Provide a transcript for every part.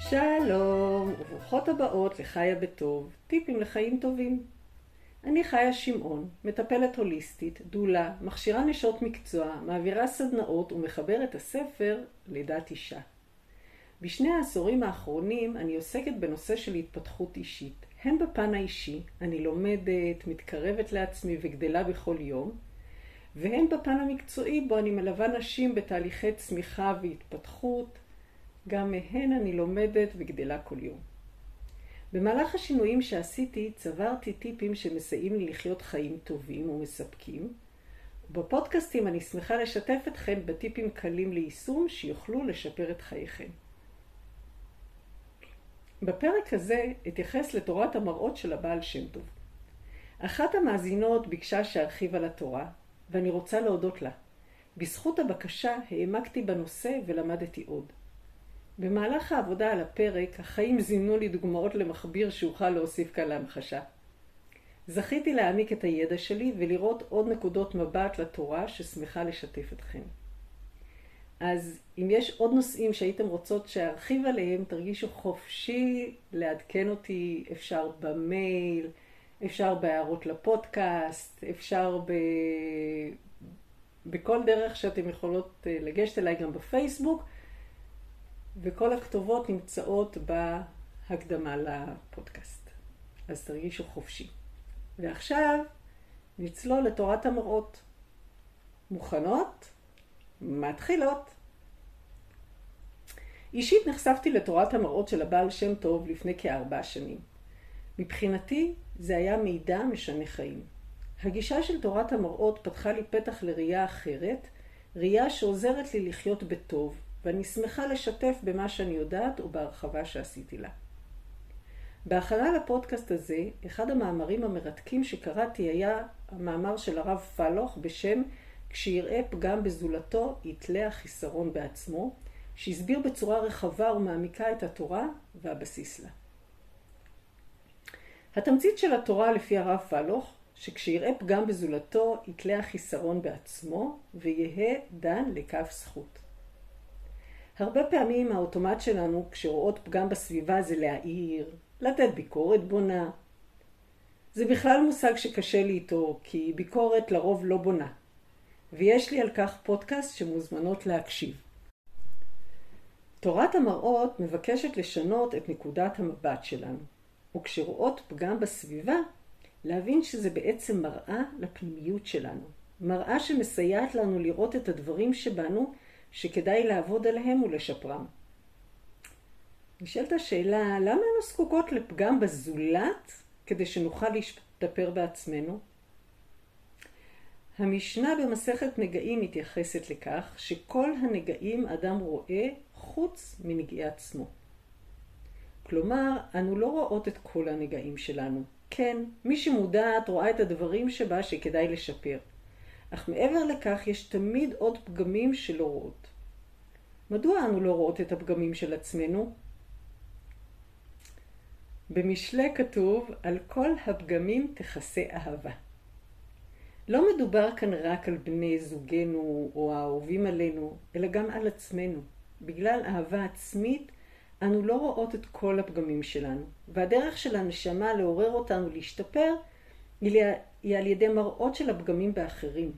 שלום וברוכות הבאות לחיה בטוב, טיפים לחיים טובים. אני חיה שמעון, מטפלת הוליסטית, דולה, מכשירה נשות מקצוע, מעבירה סדנאות ומחברת הספר לידת אישה. בשני העשורים האחרונים אני עוסקת בנושא של התפתחות אישית, הן בפן האישי, אני לומדת, מתקרבת לעצמי וגדלה בכל יום, והן בפן המקצועי בו אני מלווה נשים בתהליכי צמיחה והתפתחות, גם מהן אני לומדת וגדלה כל יום. במהלך השינויים שעשיתי צברתי טיפים שמסייעים לי לחיות חיים טובים ומספקים. בפודקאסטים אני שמחה לשתף אתכם בטיפים קלים ליישום שיוכלו לשפר את חייכם. בפרק הזה אתייחס לתורת המראות של הבעל שם טוב. אחת המאזינות ביקשה שארחיב על התורה, ואני רוצה להודות לה. בזכות הבקשה העמקתי בנושא ולמדתי עוד. במהלך העבודה על הפרק, החיים זימנו לי דוגמאות למכביר שאוכל להוסיף כאן להמחשה. זכיתי להעמיק את הידע שלי ולראות עוד נקודות מבט לתורה ששמחה לשתף אתכם. אז אם יש עוד נושאים שהייתם רוצות שארחיב עליהם, תרגישו חופשי לעדכן אותי, אפשר במייל, אפשר בהערות לפודקאסט, אפשר בכל דרך שאתם יכולות לגשת אליי, גם בפייסבוק, וכל הכתובות נמצאות בהקדמה לפודקאסט. אז תרגישו חופשי. ועכשיו נצלול לתורת המראות. מוכנות? מתחילות. אישית נחשפתי לתורת המראות של הבעל שם טוב לפני כ4 שנים. מבחינתי זה היה מידע משנה חיים. הגישה של תורת המראות פתחה לי פתח לראייה אחרת, ראייה שעוזרת לי לחיות בטוב, ואני שמחה לשתף במה שאני יודעת ובהרחבה שעשיתי לה. בהכנה לפודקאסט הזה, אחד המאמרים המרתקים שקראתי היה המאמר של הרב פלוך בשם "כשיראה פגם בזולתו יתלה החיסרון בעצמו", שהסביר בצורה רחבה ומעמיקה את התורה והבסיס לה. התמצית של התורה לפי הרב פלוך, שכשיראה פגם בזולתו יתלה החיסרון בעצמו ויהא דן לכף זכות. הרבה פעמים האוטומט שלנו כשרואות פגם בסביבה זה להעיר, לתת ביקורת בונה. זה בכלל מושג שקשה לי איתו, כי ביקורת לרוב לא בונה. ויש לי על כך פודקאסט שמוזמנות להקשיב. תורת המראות מבקשת לשנות את נקודת המבט שלנו. וכשרואות פגם בסביבה, להבין שזה בעצם מראה לפנימיות שלנו. מראה שמסייעת לנו לראות את הדברים שבנו, שכדאי לעבוד עליהם ולשפרם. נשאלת השאלה, למה אנו זקוקות לפגם בזולת כדי שנוכל להשתפר בעצמנו? המשנה במסכת נגעים מתייחסת לכך שכל הנגעים אדם רואה חוץ מנגעי עצמו. כלומר, אנו לא רואות את כל הנגעים שלנו. כן, מי שמודעת רואה את הדברים שבה שכדאי לשפר. אך מעבר לכך יש תמיד עוד פגמים שלא רואות. מדוע אנו לא רואות את הפגמים של עצמנו? במשלי כתוב, על כל הפגמים תכסה אהבה. לא מדובר כאן רק על בני זוגנו או האהובים עלינו, אלא גם על עצמנו. בגלל אהבה עצמית, אנו לא רואות את כל הפגמים שלנו. והדרך של הנשמה לעורר אותנו להשתפר, היא על ידי מראות של הפגמים באחרים.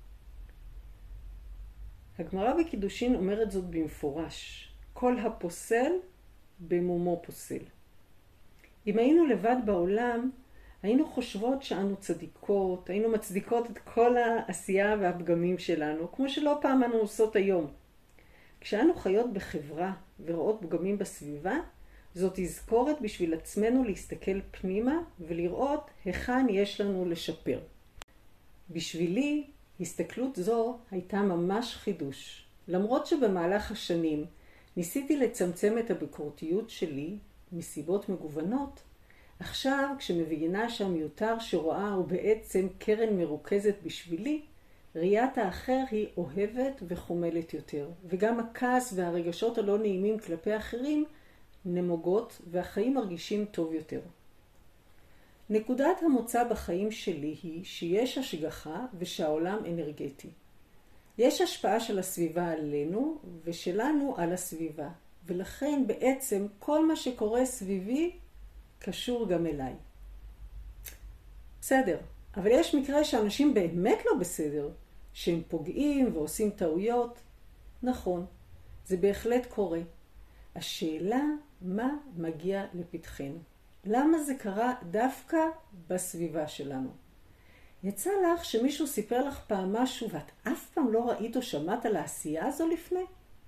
הגמרא בקידושין אומרת זאת במפורש, כל הפוסל במומו פוסל. אם היינו לבד בעולם, היינו חושבות שאנו צדיקות, היינו מצדיקות את כל העשייה והפגמים שלנו, כמו שלא פעם אנו עושות היום. כשאנו חיות בחברה ורואות פגמים בסביבה, זאת תזכורת בשביל עצמנו להסתכל פנימה ולראות היכן יש לנו לשפר. בשבילי, הסתכלות זו הייתה ממש חידוש. למרות שבמהלך השנים ניסיתי לצמצם את הביקורתיות שלי מסיבות מגוונות, עכשיו כשמבינה שהמיותר שרואה הוא בעצם קרן מרוכזת בשבילי, ראיית האחר היא אוהבת וחומלת יותר, וגם הכעס והרגשות הלא נעימים כלפי אחרים נמוגות והחיים מרגישים טוב יותר. נקודת המוצא בחיים שלי היא שיש השגחה ושהעולם אנרגטי. יש השפעה של הסביבה עלינו ושלנו על הסביבה, ולכן בעצם כל מה שקורה סביבי קשור גם אליי. בסדר, אבל יש מקרה שאנשים באמת לא בסדר, שהם פוגעים ועושים טעויות. נכון, זה בהחלט קורה. השאלה, מה מגיע לפתחנו? למה זה קרה דווקא בסביבה שלנו? יצא לך שמישהו סיפר לך פעם משהו ואת אף פעם לא ראית או שמעת על העשייה הזו לפני?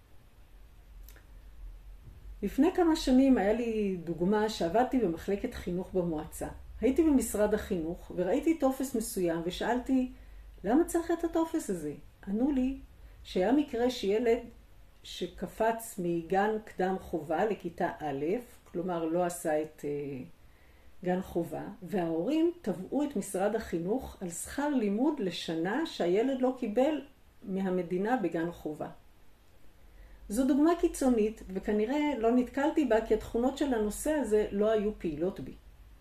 לפני כמה שנים היה לי דוגמה שעבדתי במחלקת חינוך במועצה. הייתי במשרד החינוך וראיתי טופס מסוים ושאלתי, למה צריך את הטופס הזה? ענו לי שהיה מקרה שילד שקפץ מגן קדם חובה לכיתה א', כלומר לא עשה את גן חובה, וההורים תבעו את משרד החינוך על שכר לימוד לשנה שהילד לא קיבל מהמדינה בגן חובה. זו דוגמה קיצונית, וכנראה לא נתקלתי בה כי התכונות של הנושא הזה לא היו פעילות בי.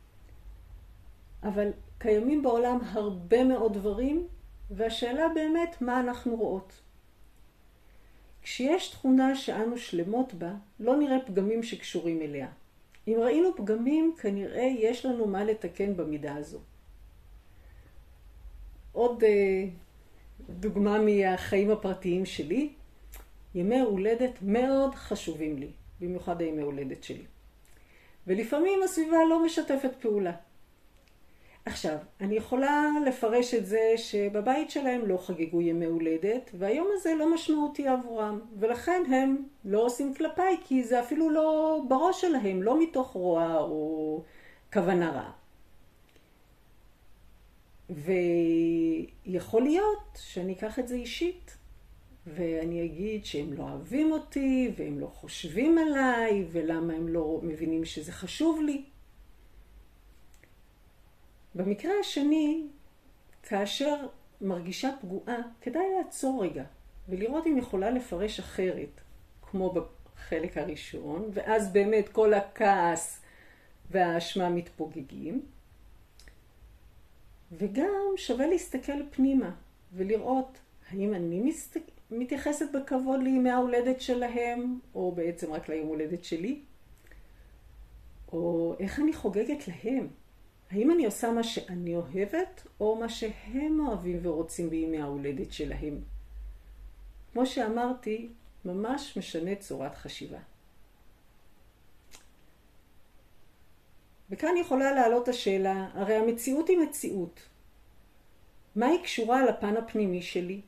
אבל קיימים בעולם הרבה מאוד דברים, והשאלה באמת מה אנחנו רואות. כשיש תכונה שאנו שלמות בה, לא נראה פגמים שקשורים אליה. אם ראינו פגמים, כנראה יש לנו מה לתקן במידה הזו. עוד דוגמה מהחיים הפרטיים שלי, ימי הולדת מאוד חשובים לי, במיוחד הימי הולדת שלי. ולפעמים הסביבה לא משתפת פעולה. עכשיו, אני יכולה לפרש את זה שבבית שלהם לא חגגו ימי הולדת, והיום הזה לא משמעותי עבורם, ולכן הם לא עושים כלפיי, כי זה אפילו לא בראש שלהם, לא מתוך רוע או כוונה רעה. ויכול להיות שאני אקח את זה אישית, ואני אגיד שהם לא אוהבים אותי, והם לא חושבים עליי, ולמה הם לא מבינים שזה חשוב לי. במקרה השני, כאשר מרגישה פגועה, כדאי לעצור רגע, ולראות אם יכולה לפרש אחרת, כמו בחלק הראשון, ואז באמת כל הכעס והאשמה מתפוגגים. וגם שווה להסתכל פנימה, ולראות האם אני מתייחסת בכבוד לימי ההולדת שלהם, או בעצם רק ליום הולדת שלי, או איך אני חוגגת להם. האם אני עושה מה שאני אוהבת, או מה שהם אוהבים ורוצים בימי ההולדת שלהם? כמו שאמרתי, ממש משנה צורת חשיבה. וכאן יכולה לעלות השאלה, הרי המציאות היא מציאות. מה היא קשורה על הפן הפנימי שלי?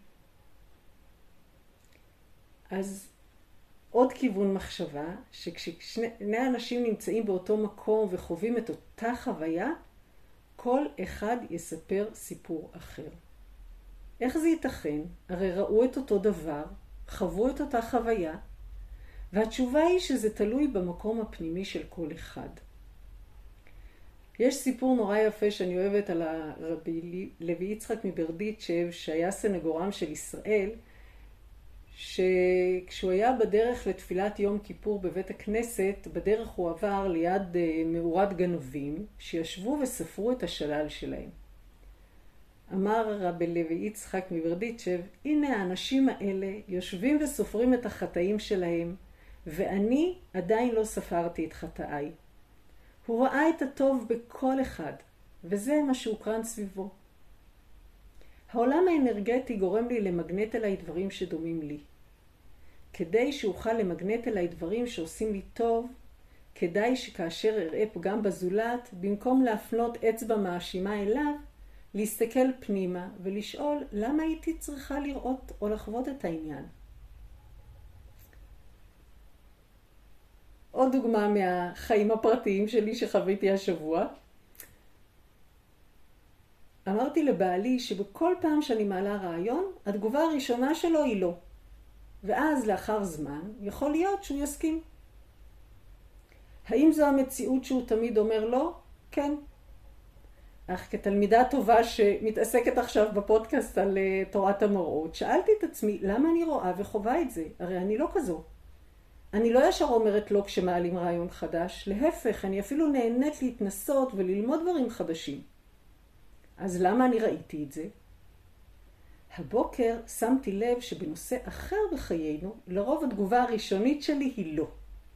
אז עוד כיוון מחשבה, שכששני אנשים נמצאים באותו מקום וחווים את אותה חוויה, כל אחד יספר סיפור אחר. איך זה ייתכן? הרי ראו את אותו דבר, חוו את אותה חוויה, והתשובה היא שזה תלוי במקום הפנימי של כל אחד. יש סיפור נורא יפה שאני אוהבת על הרבי לוי יצחק מברדיצ'ב, שהיה סנגורם של ישראל, שכשהוא היה בדרך לתפילת יום כיפור בבית הכנסת, בדרך הוא עבר ליד מאורת גנבים שישבו וספרו את השלל שלהם. אמר רבי לוי יצחק מברדיצ'ב, הנה האנשים האלה יושבים וסופרים את החטאים שלהם, ואני עדיין לא ספרתי את חטאיי. הוא ראה את הטוב בכל אחד, וזה מה שהוקרן סביבו. העולם האנרגטי גורם לי למגנט אליי דברים שדומים לי. כדי שאוכל למגנט אליי דברים שעושים לי טוב, כדאי שכאשר אראה פגם בזולת, במקום להפנות אצבע מאשימה אליו, להסתכל פנימה ולשאול למה הייתי צריכה לראות או לחוות את העניין. עוד דוגמה מהחיים הפרטיים שלי שחוויתי השבוע. אמרתי לבעלי שבכל פעם שאני מעלה רעיון, התגובה הראשונה שלו היא לא. ואז לאחר זמן יכול להיות שהוא יסכים. האם זו המציאות שהוא תמיד אומר לא? כן. אך כתלמידה טובה שמתעסקת עכשיו בפודקאסט על תורת המראות, שאלתי את עצמי למה אני רואה וחובה את זה? הרי אני לא כזו. אני לא ישר אומרת לא כשמעלים רעיון חדש, להפך, אני אפילו נהנית להתנסות וללמוד דברים חדשים. אז למה אני ראיתי את זה? הבוקר שמתי לב שבנושא אחר בחיינו, לרוב התגובה הראשונית שלי היא לא.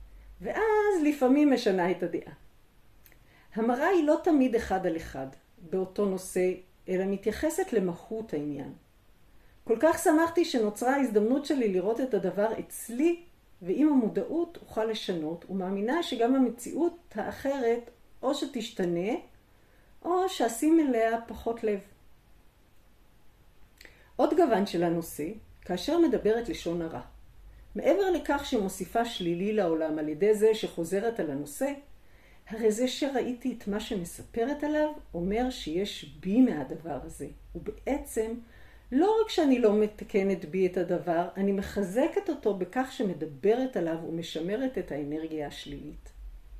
ואז לפעמים משנה את הדעה. המראה היא לא תמיד אחד על אחד באותו נושא, אלא מתייחסת למהות העניין. כל כך שמחתי שנוצרה ההזדמנות שלי לראות את הדבר אצלי, ועם המודעות אוכל לשנות, ומאמינה שגם המציאות האחרת או שתשתנה, או שאשים אליה פחות לב. עוד גוון של הנושא, כאשר מדברת לשון הרע. מעבר לכך שמוסיפה שלילי לעולם על ידי זה שחוזרת על הנושא, הרי זה שראיתי את מה שמספרת עליו אומר שיש בי מהדבר הזה. ובעצם לא רק שאני לא מתקנת בי את הדבר, אני מחזקת אותו בכך שמדברת עליו ומשמרת את האנרגיה השלילית.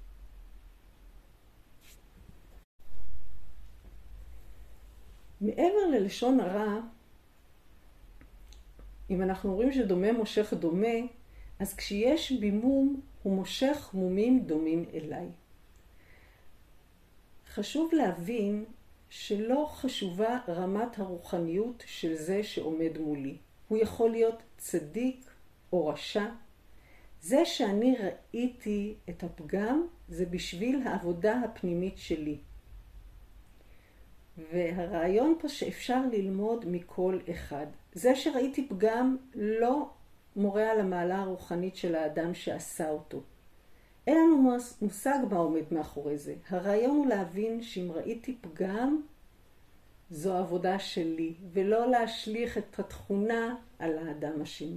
מעבר ללשון הרע, אם אנחנו אומרים שדומה מושך דומה, אז כשיש בי מום, הוא מושך מומים דומים אליי. חשוב להבין שלא חשובה רמת הרוחניות של זה שעומד מולי. הוא יכול להיות צדיק או רשע. זה שאני ראיתי את הפגם זה בשביל העבודה הפנימית שלי. והרעיון פה שאפשר ללמוד מכל אחד. זה שראיתי פגם לא מורה על המעלה הרוחנית של האדם שעשה אותו. אין לנו מושג מה עומד מאחורי זה. הרעיון הוא להבין שאם ראיתי פגם, זו עבודה שלי, ולא להשליך את התכונה על האדם השני.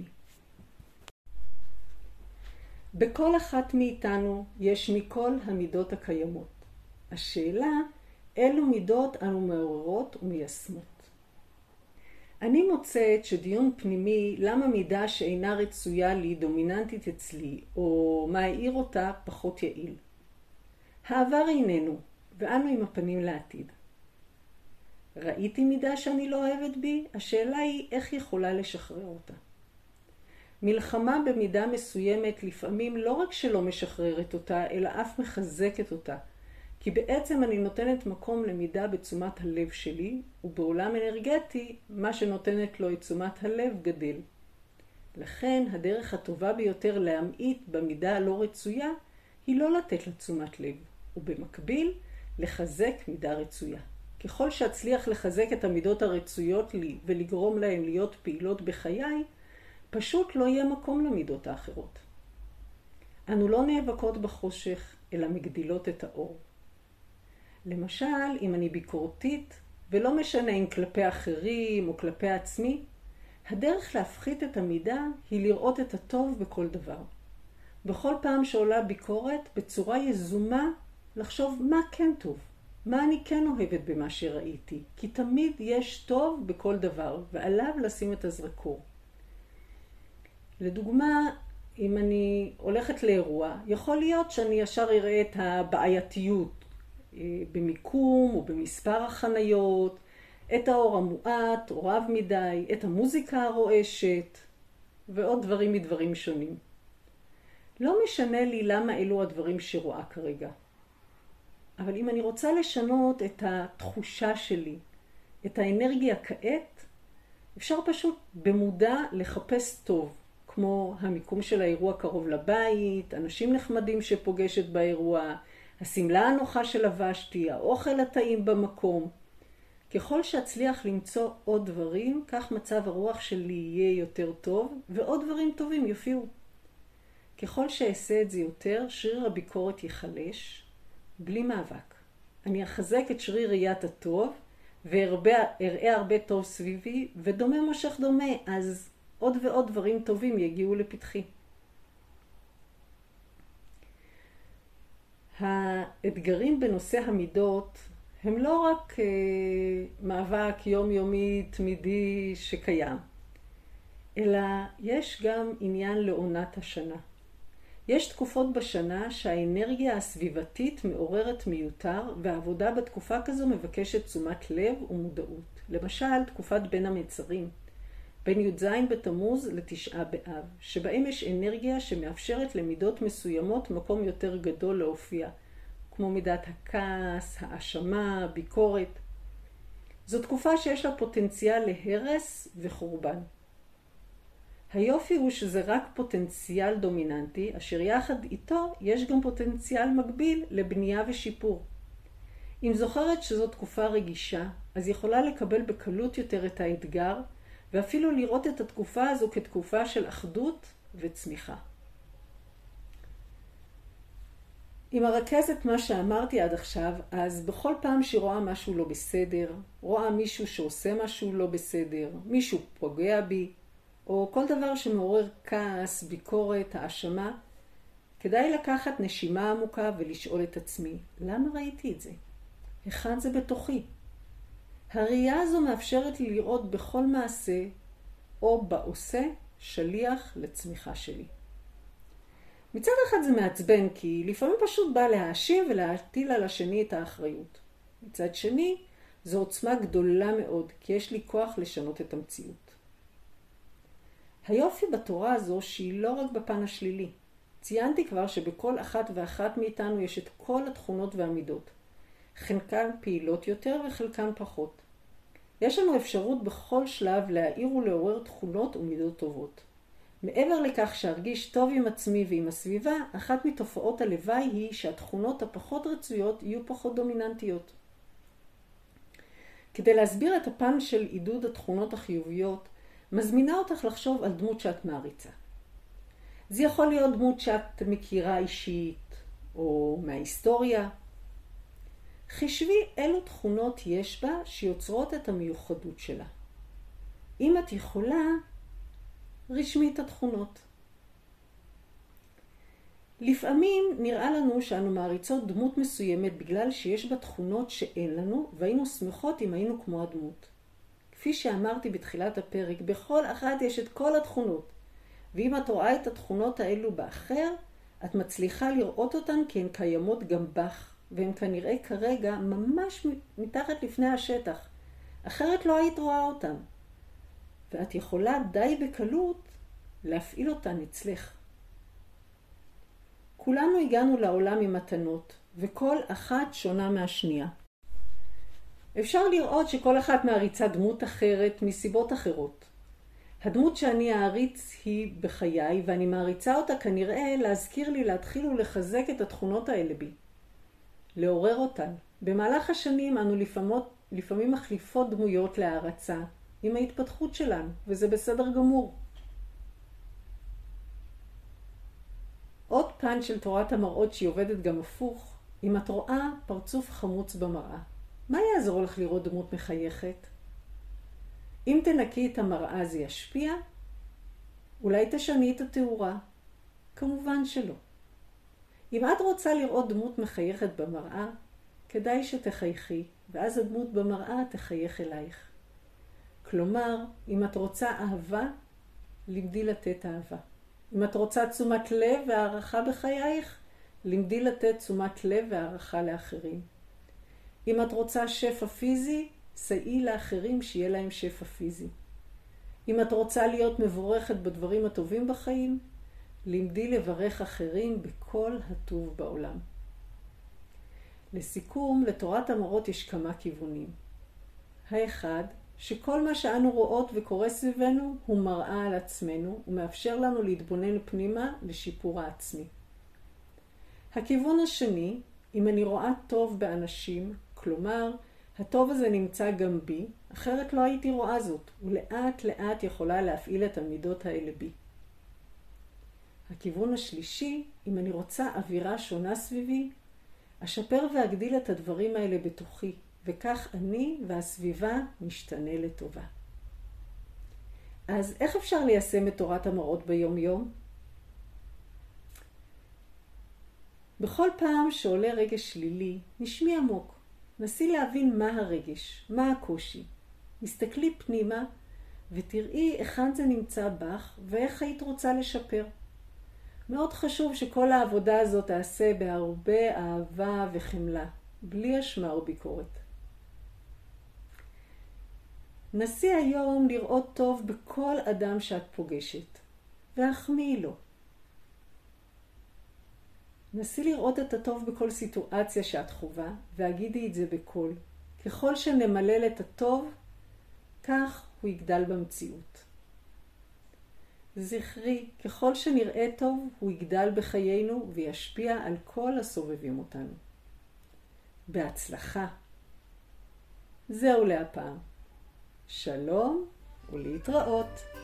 בכל אחת מאיתנו יש מכל המידות הקיימות. השאלה, אילו מידות אנו מעוררות ומיישמות. אני מוצאת שדיון פנימי למה מידה שאינה רצויה לי דומיננטית אצלי, או מה העיר אותה פחות יעיל. העבר איננו, ואנו עם הפנים לעתיד. ראיתי מידה שאני לא אוהבת בי, השאלה היא איך יכולה לשחרר אותה. מלחמה במידה מסוימת לפעמים לא רק שלא משחררת אותה, אלא אף מחזקת אותה. כי בעצם אני נותנת מקום למידה בתשומת הלב שלי, ובעולם אנרגטי, מה שנותנת לו את תשומת הלב גדל. לכן, הדרך הטובה ביותר להמעיט במידה הלא רצויה, היא לא לתת לה תשומת לב, ובמקביל, לחזק מידה רצויה. ככל שאצליח לחזק את המידות הרצויות לי, ולגרום להן להיות פעילות בחיי, פשוט לא יהיה מקום למידות האחרות. אנו לא נאבקות בחושך, אלא מגדילות את האור. למשל, אם אני ביקורתית, ולא משנה אם כלפי אחרים או כלפי עצמי, הדרך להפחית את המידה היא לראות את הטוב בכל דבר. בכל פעם שעולה ביקורת, בצורה יזומה, לחשוב מה כן טוב, מה אני כן אוהבת במה שראיתי, כי תמיד יש טוב בכל דבר, ועליו לשים את הזרקור. לדוגמה, אם אני הולכת לאירוע, יכול להיות שאני ישר אראה את הבעייתיות, במיקום או במספר החניות, את האור המועט או רב מדי, את המוזיקה הרועשת ועוד דברים מדברים שונים. לא משנה לי למה אלו הדברים שרואה כרגע. אבל אם אני רוצה לשנות את התחושה שלי, את האנרגיה כעת, אפשר פשוט במודע לחפש טוב, כמו המיקום של האירוע קרוב לבית, אנשים נחמדים שפוגשת באירוע, הסמלה הנוחה שלבשתי, האוכל הטעים במקום. ככל שאצליח למצוא עוד דברים, כך מצב הרוח שלי יהיה יותר טוב, ועוד דברים טובים יופיעו. ככל שאעשה את זה יותר, שריר הביקורת ייחלש, בלי מאבק. אני אחזק את שריר ראיית הטוב, ואראה הרבה טוב סביבי, ודומה מושך דומה, אז עוד ועוד דברים טובים יגיעו לפתחי. האתגרים בנושא המידות הם לא רק מאבק יומיומי תמידי שקיים, אלא יש גם עניין לעונת השנה. יש תקופות בשנה שהאנרגיה הסביבתית מעוררת מיותר, והעבודה בתקופה כזו מבקשת תשומת לב ומודעות. למשל, תקופת בין המצרים, בין י"ז בתמוז לתשעה באב, שבהם יש אנרגיה שמאפשרת למידות מסוימות מקום יותר גדול להופיע, כמו מידת הכעס, האשמה, הביקורת. זו תקופה שיש לה פוטנציאל להרס וחורבן. היופי הוא שזה רק פוטנציאל דומיננטי, אשר יחד איתו יש גם פוטנציאל מקביל לבנייה ושיפור. אם זוכרת שזו תקופה רגישה, אז יכולה לקבל בקלות יותר את האתגר, ואפילו לראות את התקופה הזו כתקופה של אחדות וצמיחה. אם ארכז את מה שאמרתי עד עכשיו, אז בכל פעם שרואה משהו לא בסדר, רואה מישהו שעושה משהו לא בסדר, מישהו פוגע בי, או כל דבר שמעורר כעס, ביקורת, האשמה, כדאי לקחת נשימה עמוקה ולשאול את עצמי, למה ראיתי את זה? היכן זה בתוכי? הראייה הזו מאפשרת לי לראות בכל מעשה או בעושה שליח לצמיחה שלי. מצד אחד זה מעצבן כי לפעמים פשוט בא להאשים ולהטיל על השני את האחריות. מצד שני, זו עוצמה גדולה מאוד כי יש לי כוח לשנות את המציאות. היופי בתורה הזו שהיא לא רק בפן השלילי. ציינתי כבר שבכל אחת ואחת מאיתנו יש את כל התכונות והמידות. חלקן פעילות יותר וחלקן פחות. יש לנו אפשרות בכל שלב להעיר ולעורר תכונות ומידות טובות. מעבר לכך שארגיש טוב עם עצמי ועם הסביבה, אחת מתופעות הלוואי היא שהתכונות הפחות רצויות יהיו פחות דומיננטיות. כדי להסביר את הפן של עידוד התכונות החיוביות, מזמינה אותך לחשוב על דמות שאת מעריצה. זה יכול להיות דמות שאת מכירה אישית או מההיסטוריה. חשבי אילו תכונות יש בה שיוצרות את המיוחדות שלה. אם את יכולה, רשמי את התכונות. לפעמים נראה לנו שאנו מעריצות דמות מסוימת בגלל שיש בה תכונות שאין לנו, והיינו שמחות אם היינו כמו הדמות. כפי שאמרתי בתחילת הפרק, בכל אחת יש את כל התכונות. ואם את רואה את התכונות האלו באחר, את מצליחה לראות אותן כי הן קיימות גם בך, והן כנראה כרגע ממש מתחת לפני השטח. אחרת לא היית רואה אותן. ואת יכולה די בקלות להפעיל אותן אצלך. כולנו הגענו לעולם עם מתנות, וכל אחת שונה מהשנייה. אפשר לראות שכל אחת מעריצה דמות אחרת מסיבות אחרות. הדמות שאני אעריץ היא בחיי, ואני מעריצה אותה כנראה להזכיר לי להתחיל ולחזק את התכונות האלה בי. לעורר אותן. במהלך השנים אנו לפעמים מחליפות דמויות להערצה עם ההתפתחות שלנו, וזה בסדר גמור. עוד פן של תורת המראות שהיא עובדת גם הפוך, אם את רואה פרצוף חמוץ במראה. מה יעזור לך לראות דמות מחייכת? אם תנקי את המראה זה ישפיע? אולי תשני את התאורה? כמובן שלא. אם את רוצה לראות דמות מחייכת במראה, כדאי שתחייכי, ואז הדמות במראה תחייך אלייך. כלומר, אם את רוצה אהבה, למדי לתת אהבה. אם את רוצה תשומת לב והערכה בחייך, למדי לתת תשומת לב והערכה לאחרים. אם את רוצה שפע פיזי, סייעי לאחרים שיהיה להם שפע פיזי. אם את רוצה להיות מבורכת בדברים הטובים בחיים, למדי לברך אחרים בכל הטוב בעולם. לסיכום, לתורת המראות יש כמה כיוונים. האחד, שכל מה שאנו רואות וקורה סביבנו הוא מראה על עצמנו ומאפשר לנו להתבונן פנימה לשיפור העצמי. הכיוון השני, אם אני רואה טוב באנשים, כלומר, הטוב הזה נמצא גם בי, אחרת לא הייתי רואה זאת, ולאט לאט יכולה להפעיל את המידות האלה בי. הכיוון השלישי, אם אני רוצה אווירה שונה סביבי, אשפר ואגדיל את הדברים האלה בתוכי, וכך אני והסביבה משתנה לטובה. אז איך אפשר ליישם את תורת המראות ביום יום? בכל פעם שעולה רגש שלילי, נשמי עמוק. נסי להבין מה הרגש, מה הקושי. הסתכלי פנימה ותראי היכן זה נמצא בך ואיך היית רוצה לשפר. מאוד חשוב שכל העבודה הזאת תעשה בהרבה אהבה וחמלה, בלי אשמה או ביקורת. נסי היום לראות טוב בכל אדם שאת פוגשת, והחמיאי לו. נסי לראות את הטוב בכל סיטואציה שאת חווה, והגידי את זה בקול. ככל שנמלל את הטוב, כך הוא יגדל במציאות. זכרי, ככל שנראה טוב, הוא יגדל בחיינו וישפיע על כל הסובבים אותנו. בהצלחה. זהו להפעם. שלום ולהתראות.